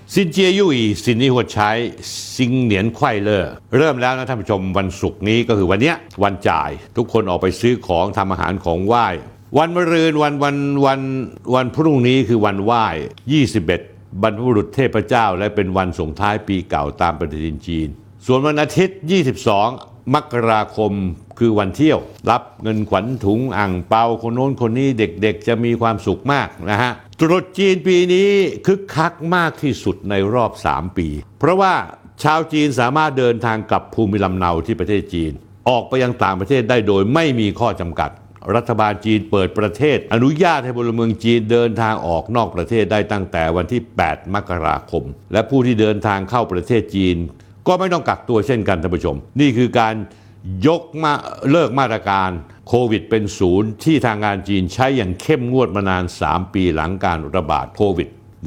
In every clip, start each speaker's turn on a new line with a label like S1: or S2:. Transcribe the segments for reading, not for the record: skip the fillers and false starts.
S1: ซินเจียยุ่ยซินนี่หัวใช้ซิงเหนียนไขว้เลอเริ่มแล้วนะท่านผู้ชมวันศุกร์นี้ก็คือวันเนี้ยวันจ่ายทุกคนออกไปซื้อของทำอาหารของไหว้วันมะรืนวันพรุ่งนี้คือวันไหว้21บรรพบุรุษเทพเจ้าและเป็นวันส่งท้ายปีเก่าตามปฏิทินจีนส่วนวันอาทิตย์22มกราคมคือวันเที่ยวรับเงินขวัญถุงอ่างเปาคนโน้นคนนี้เด็กๆจะมีความสุขมากนะฮะตรุษจีนปีนี้คึกคักมากที่สุดในรอบ3ปีเพราะว่าชาวจีนสามารถเดินทางกลับภูมิลำเนาที่ประเทศจีนออกไปยังต่างประเทศได้โดยไม่มีข้อจำกัดรัฐบาลจีนเปิดประเทศอนุญาตให้พลเมืองจีนเดินทางออกนอกประเทศได้ตั้งแต่วันที่8มกราคมและผู้ที่เดินทางเข้าประเทศจีนก็ไม่ต้องกักตัวเช่นกันท่านผู้ชมนี่คือการเลิกมาตรการโควิดเป็นศูนย์ที่ทางการจีนใช้อย่างเข้มงวดมานาน3ปีหลังการระบาดโควิด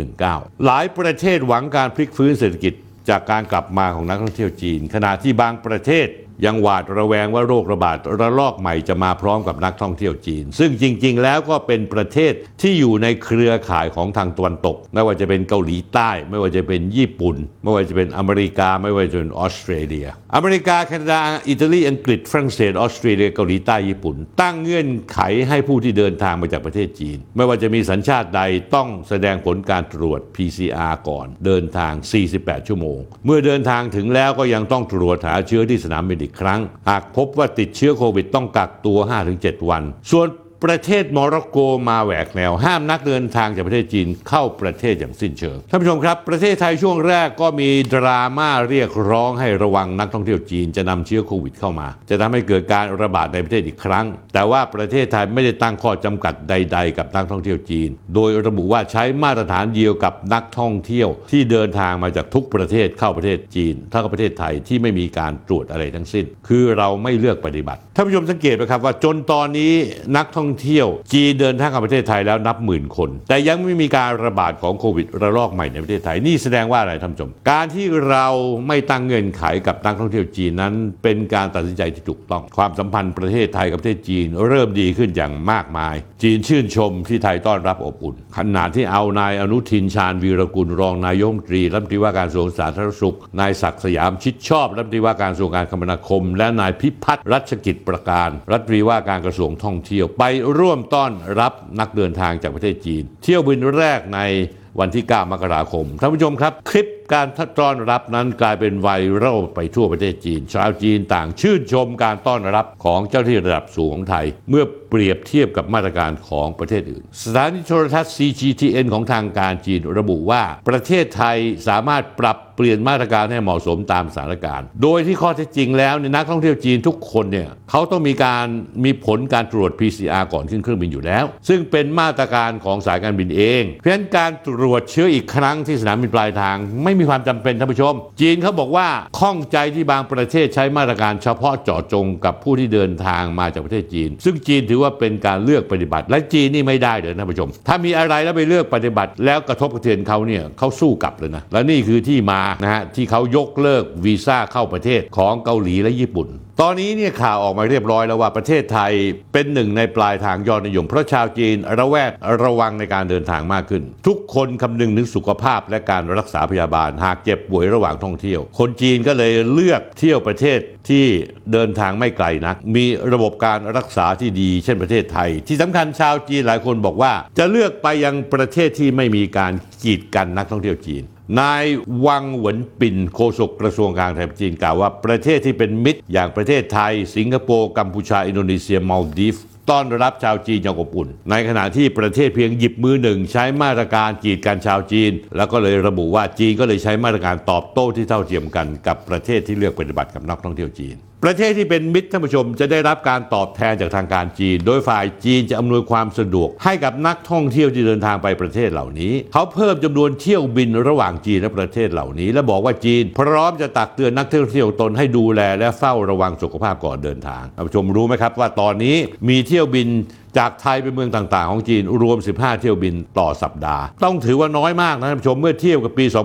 S1: -19 หลายประเทศหวังการพลิกฟื้นเศรษฐกิจจากการกลับมาของนักท่องเที่ยวจีนขณะที่บางประเทศยังหวาดระแวงว่าโรคระบาดระลอกใหม่จะมาพร้อมกับนักท่องเที่ยวจีนซึ่งจริงๆแล้วก็เป็นประเทศที่อยู่ในเครือข่ายของทางตะวันตกไม่ว่าจะเป็นเกาหลีใต้ไม่ว่าจะเป็นญี่ปุ่นไม่ว่าจะเป็นอเมริกาไม่ว่าจะเป็นออสเตรเลียอเมริกาแคนาดาอิตาลีอังกฤษฝรั่งเศสออสเตรเลียเกาหลีใต้ญี่ปุ่นตั้งเงื่อนไขให้ผู้ที่เดินทางมาจากประเทศจีนไม่ว่าจะมีสัญชาติใดต้องแสดงผลการตรวจ PCR ก่อนเดินทาง48ชั่วโมงเมื่อเดินทางถึงแล้วก็ยังต้องตรวจหาเชื้อที่สนามบินอีกครั้งหากพบว่าติดเชื้อโควิดต้องกักตัว 5-7 วันส่วนประเทศโมร็อกโกมาแหวกแนวห้ามนักเดินทางจากประเทศจีนเข้าประเทศอย่างสิ้นเชิงท่านผู้ชมครับประเทศไทยช่วงแรกก็มีดราม่าเรียกร้องให้ระวังนักท่องเที่ยวจีนจะนำเชื้อโควิดเข้ามาจะทำให้เกิดการระบาดในประเทศอีกครั้งแต่ว่าประเทศไทยไม่ได้ตั้งข้อจำกัดใดๆกับนักท่องเที่ยวจีนโดยระบุว่าใช้มาตรฐานเดียวกับนักท่องเที่ยวที่เดินทางมาจากทุกประเทศเข้าประเทศจีนเท่ากับประเทศไทยที่ไม่มีการตรวจอะไรทั้งสิ้นคือเราไม่เลือกปฏิบัติท่านผู้ชมสังเกตไหมครับว่าจนตอนนี้นักท่องเที่ยวจีนเดินทางเข้าประเทศไทยแล้วนับหมื่นคนแต่ยังไม่มีการระบาดของโควิดระลอกใหม่ในประเทศไทยนี่แสดงว่าอะไรท่านผู้ชมการที่เราไม่ตั้งเงื่อนไขกับนักท่องเที่ยวจีนนั้นเป็นการตัดสินใจที่ถูกต้องความสัมพันธ์ประเทศไทยกับประเทศจีนเริ่มดีขึ้นอย่างมากมายจีนชื่นชมที่ไทยต้อนรับอบอุ่นขณะที่เอานายอนุทินชาญวีรกุลรองนายกรัฐมนตรีรัฐมนตรีว่าการกระทรวงสาธารณสุขนายศักดิ์สยามชิดชอบรัฐมนตรีว่าการกระทรวงการคมนาคมและนายพิพัฒน์รัชกิจประการรัฐมนตรีว่าการกระทรวงท่องเที่ยวไปร่วมต้อนรับนักเดินทางจากประเทศจีนเที่ยวบินแรกในวันที่9มกราคมท่านผู้ชมครับคลิปการต้อนรับนั้นกลายเป็นไวรัลไปทั่วประเทศจีนชาวจีนต่างชื่นชมการต้อนรับของเจ้าหน้าที่ระดับสูงของไทยเมื่อเปรียบเทียบกับมาตรการของประเทศอื่นสถานีโทรทัศน์ CGTN ของทางการจีนระบุว่าประเทศไทยสามารถปรับเปลี่ยนมาตรการให้เหมาะสมตามสถานการณ์โดยที่ข้อเท็จจริงแล้วนักท่องเที่ยวจีนทุกคนเนี่ยเขาต้องมีผลการตรวจ PCR ก่อนขึ้นเครื่องบินอยู่แล้วซึ่งเป็นมาตรการของสายการบินเองเพราะฉะนั้นการตรวจเชื้ออีกครั้งที่สนามบินปลายทางไม่มีความจำเป็นท่านผู้ชมจีนเขาบอกว่าข้องใจที่บางประเทศใช้มาตรการเฉพาะเจาะจงกับผู้ที่เดินทางมาจากประเทศจีนซึ่งจีนถือว่าเป็นการเลือกปฏิบัติและจีนนี่ไม่ได้เลยท่านผู้ชมถ้ามีอะไรแล้วไปเลือกปฏิบัติแล้วกระทบกระเทือนเขาเนี่ยเขาสู้กลับเลยนะและนี่คือที่มานะฮะที่เขายกเลิกวีซ่าเข้าประเทศของเกาหลีและญี่ปุ่นตอนนี้เนี่ยข่าวออกมาเรียบร้อยแล้วว่าประเทศไทยเป็นหนึ่งในปลายทางยอดนิยมเพราะชาวจีนระวังในการเดินทางมากขึ้นทุกคนคำนึงถึงสุขภาพและการรักษาพยาบาลหากเจ็บป่วยระหว่างท่องเที่ยวคนจีนก็เลยเลือกเที่ยวประเทศที่เดินทางไม่ไกลนักมีระบบการรักษาที่ดีเช่นประเทศไทยที่สำคัญชาวจีนหลายคนบอกว่าจะเลือกไปยังประเทศที่ไม่มีการกีดกันนักท่องเที่ยวจีนนายวังเหวินปิ่นโฆษกกระทรวงการต่างประเทศจีนกล่าวว่าประเทศที่เป็นมิตรอย่างประเทศไทยสิงคโปร์กัมพูชาอินโดนีเซียมัลดีฟต้อนรับชาวจีนอย่างอบอุ่นในขณะที่ประเทศเพียงหยิบมือหนึ่งใช้มาตรการกีดกันชาวจีนแล้วก็เลยระบุว่าจีนก็เลยใช้มาตรการตอบโต้ที่เท่าเทียมกันกับประเทศที่เลือกปฏิบัติกับนักท่องเที่ยวจีนประเทศที่เป็นมิตรท่านผู้ชมจะได้รับการตอบแทนจากทางการจีนโดยฝ่ายจีนจะอำนวยความสะดวกให้กับนักท่องเที่ยวที่เดินทางไปประเทศเหล่านี้เขาเพิ่มจำนวนเที่ยวบินระหว่างจีนและประเทศเหล่านี้และบอกว่าจีนพร้อมจะตักเตือนนักท่องเที่ยวตนให้ดูแลและเฝ้าระวังสุขภาพก่อนเดินทางท่านผู้ชมรู้ไหมครับว่าตอนนี้มีเที่ยวบินจากไทยไปเมืองต่างๆของจีนรวม15เที่ยวบินต่อสัปดาห์ต้องถือว่าน้อยมากนะท่านผู้ชมเมื่อเทียบกับปี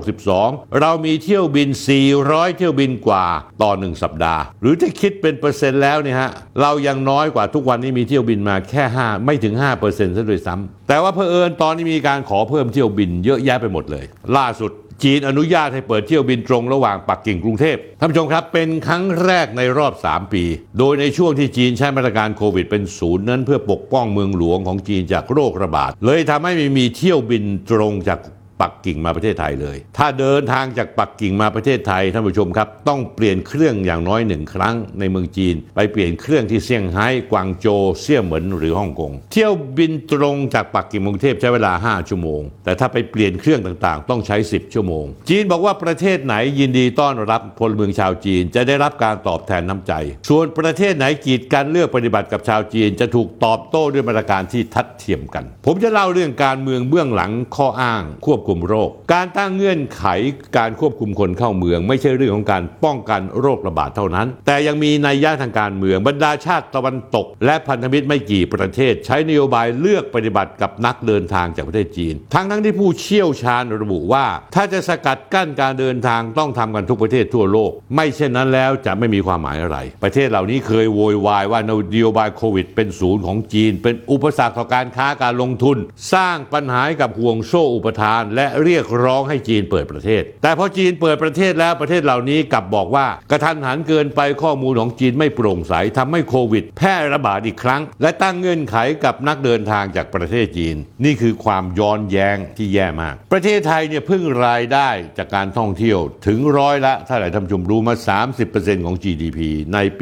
S1: 2562เรามีเที่ยวบิน400เที่ยวบินกว่าต่อ1สัปดาห์หรือถ้าคิดเป็นเปอร์เซ็นต์แล้วเนี่ยฮะเรายังน้อยกว่าทุกวันนี้มีเที่ยวบินมาแค่ไม่ถึง 5% ซะด้วยซ้ำแต่ว่าเผอิญตอนนี้มีการขอเพิ่มเที่ยวบินเยอะแยะไปหมดเลยล่าสุดจีนอนุญาตให้เปิดเที่ยวบินตรงระหว่างปักกิ่งกรุงเทพท่านผู้ชมครับเป็นครั้งแรกในรอบ3 ปีโดยในช่วงที่จีนใช้มาตรการโควิดเป็นศูนย์นั้นเพื่อปกป้องเมืองหลวงของจีนจากโรคระบาดเลยทำให้ไม่มีเที่ยวบินตรงจากปักกิ่งมาประเทศไทยเลยถ้าเดินทางจากปักกิ่งมาประเทศไทยท่านผู้ชมครับต้องเปลี่ยนเครื่องอย่างน้อย1 ครั้งในเมืองจีนไปเปลี่ยนเครื่องที่เซี่ยงไฮ้กวางโจวเซี่ยเหมินหรือฮ่องกงเที่ยวบินตรงจากปักกิ่งกรุงเทพใช้เวลา5 ชั่วโมงแต่ถ้าไปเปลี่ยนเครื่องต่างๆต้องใช้10 ชั่วโมงจีนบอกว่าประเทศไหนยินดีต้อนรับพลเมืองชาวจีนจะได้รับการตอบแทนน้ำใจส่วนประเทศไหนกีดกันเลือกปฏิบัติกับชาวจีนจะถูกตอบโต้ด้วยมาตรการที่ทัดเทียมกันผมจะเล่าเรื่องการเมืองเบื้องหลังข้ออ้างควบคุมโรคการตั้งเงื่อนไขการควบคุมคนเข้าเมืองไม่ใช่เรื่องของการป้องกันโรคระบาดเท่านั้นแต่ยังมีนัยยะทางการเมืองบรรดาชาติตะวันตกและพันธมิตรไม่กี่ประเทศใช้นโยบายเลือกปฏิบัติกับนักเดินทางจากประเทศจีนทั้งที่ผู้เชี่ยวชาญระบุว่าถ้าจะสกัดกั้นการเดินทางต้องทำกันทุกประเทศทั่วโลกไม่เช่นนั้นแล้วจะไม่มีความหมายอะไรประเทศเหล่านี้เคยโวยวายว่านโยบายโควิดเป็นศูนย์ของจีนเป็นอุปสรรคต่อการค้าการลงทุนสร้างปัญหากับห่วงโซ่อุปทานและเรียกร้องให้จีนเปิดประเทศแต่พอจีนเปิดประเทศแล้วประเทศเหล่านี้กลับบอกว่ากระทันหันเกินไปข้อมูลของจีนไม่โปร่งใสทำให้โควิดแพร่ระบาดอีกครั้งและตั้งเงื่อนไขกับนักเดินทางจากประเทศจีนนี่คือความย้อนแย้งที่แย่มากประเทศไทยเนี่ยพึ่งรายได้จากการท่องเที่ยวถึงร้อยละถ้าหลายท่านผู้ชมรู้มา 30% ของ GDP ในปี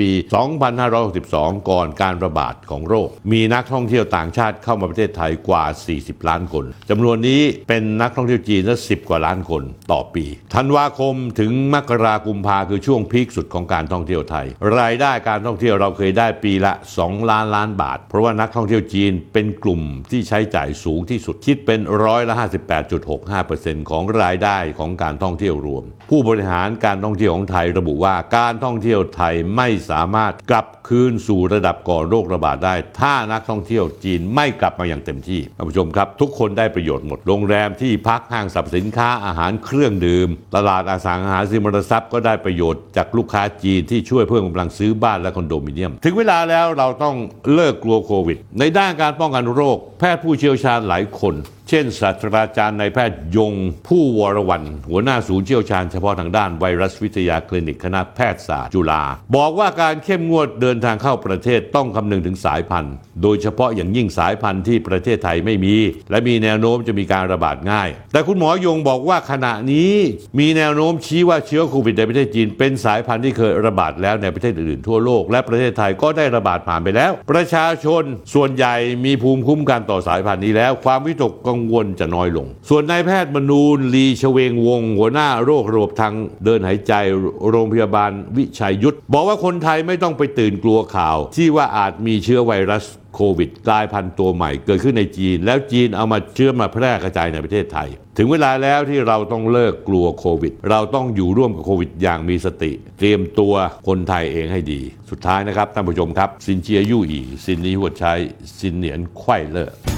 S1: 2562 ก่อนการระบาดของโรคมีนักท่องเที่ยวต่างชาติเข้ามาประเทศไทยกว่า40 ล้านคนจำนวนนี้เป็นนักท่องเที่ยวจีนละ10 กว่าล้านคนต่อปีธันวาคมถึงมกราคมคือช่วงพีคสุดของการท่องเที่ยวไทยรายได้การท่องเที่ยวเราเคยได้ปีละ2 ล้านล้านบาทเพราะว่านักท่องเที่ยวจีนเป็นกลุ่มที่ใช้จ่ายสูงที่สุดคิดเป็น58.65% ของรายได้ของการท่องเที่ยวรวมผู้บริหารการท่องเที่ยวของไทยระบุว่าการท่องเที่ยวไทยไม่สามารถกลับคืนสู่ระดับก่อนโรคระบาดได้ถ้านักท่องเที่ยวจีนไม่กลับมาอย่างเต็มที่ท่านผู้ชมครับทุกคนได้ประโยชน์หมดโรงแรมที่พักห้างสรรพสินค้าอาหารเครื่องดื่มตลาดอสังหาริมทรัพย์ก็ได้ประโยชน์จากลูกค้าจีนที่ช่วยเพิ่มกำลังซื้อบ้านและคอนโดมิเนียมถึงเวลาแล้วเราต้องเลิกกลัวโควิดในด้านการป้องกันโรคแพทย์ผู้เชี่ยวชาญหลายคนเช่นศาสตราจารย์นายแพทย์ยงผู้วรวรรณหัวหน้าศูนย์เชี่ยวชาญเฉพาะทางด้านไวรัสวิทยาคลินิกคณะแพทยศาสตร์จุฬาบอกว่าการเข้มงวดเดินทางเข้าประเทศต้องคำนึงถึงสายพันธุ์โดยเฉพาะอย่างยิ่งสายพันธุ์ที่ประเทศไทยไม่มีและมีแนวโน้มจะมีการระบาดง่ายแต่คุณหมอยงบอกว่าขณะนี้มีแนวโน้มชี้ว่าเชื้อโควิดในประเทศจีนเป็นสายพันธุ์ที่เคยระบาดแล้วในประเทศอื่นๆทั่วโลกและประเทศไทยก็ได้ระบาดผ่านไปแล้วประชาชนส่วนใหญ่มีภูมิคุ้มกันต่อสายพันธุ์นี้แล้วความวิตกกังวลจะน้อยลงส่วนนายแพทย์มนูนลีชเวงวงศ์หัวหน้าโรคระบบทางเดินหายใจโรงพยาบาลวิชัยยุทธบอกว่าคนไทยไม่ต้องไปตื่นกลัวข่าวที่ว่าอาจมีเชื้อไวรัสโควิดกลายพันธุ์ตัวใหม่เกิดขึ้นในจีนแล้วจีนเอามาเชื้อมาแพร่กระจายในประเทศไทยถึงเวลาแล้วที่เราต้องเลิกกลัวโควิดเราต้องอยู่ร่วมกับโควิดอย่างมีสติเตรียมตัวคนไทยเองให้ดีสุดท้ายนะครับท่านผู้ชมครับซินเจียยู่อีซินนี้หัวใช้ซินเหนียนไขว้เล่อ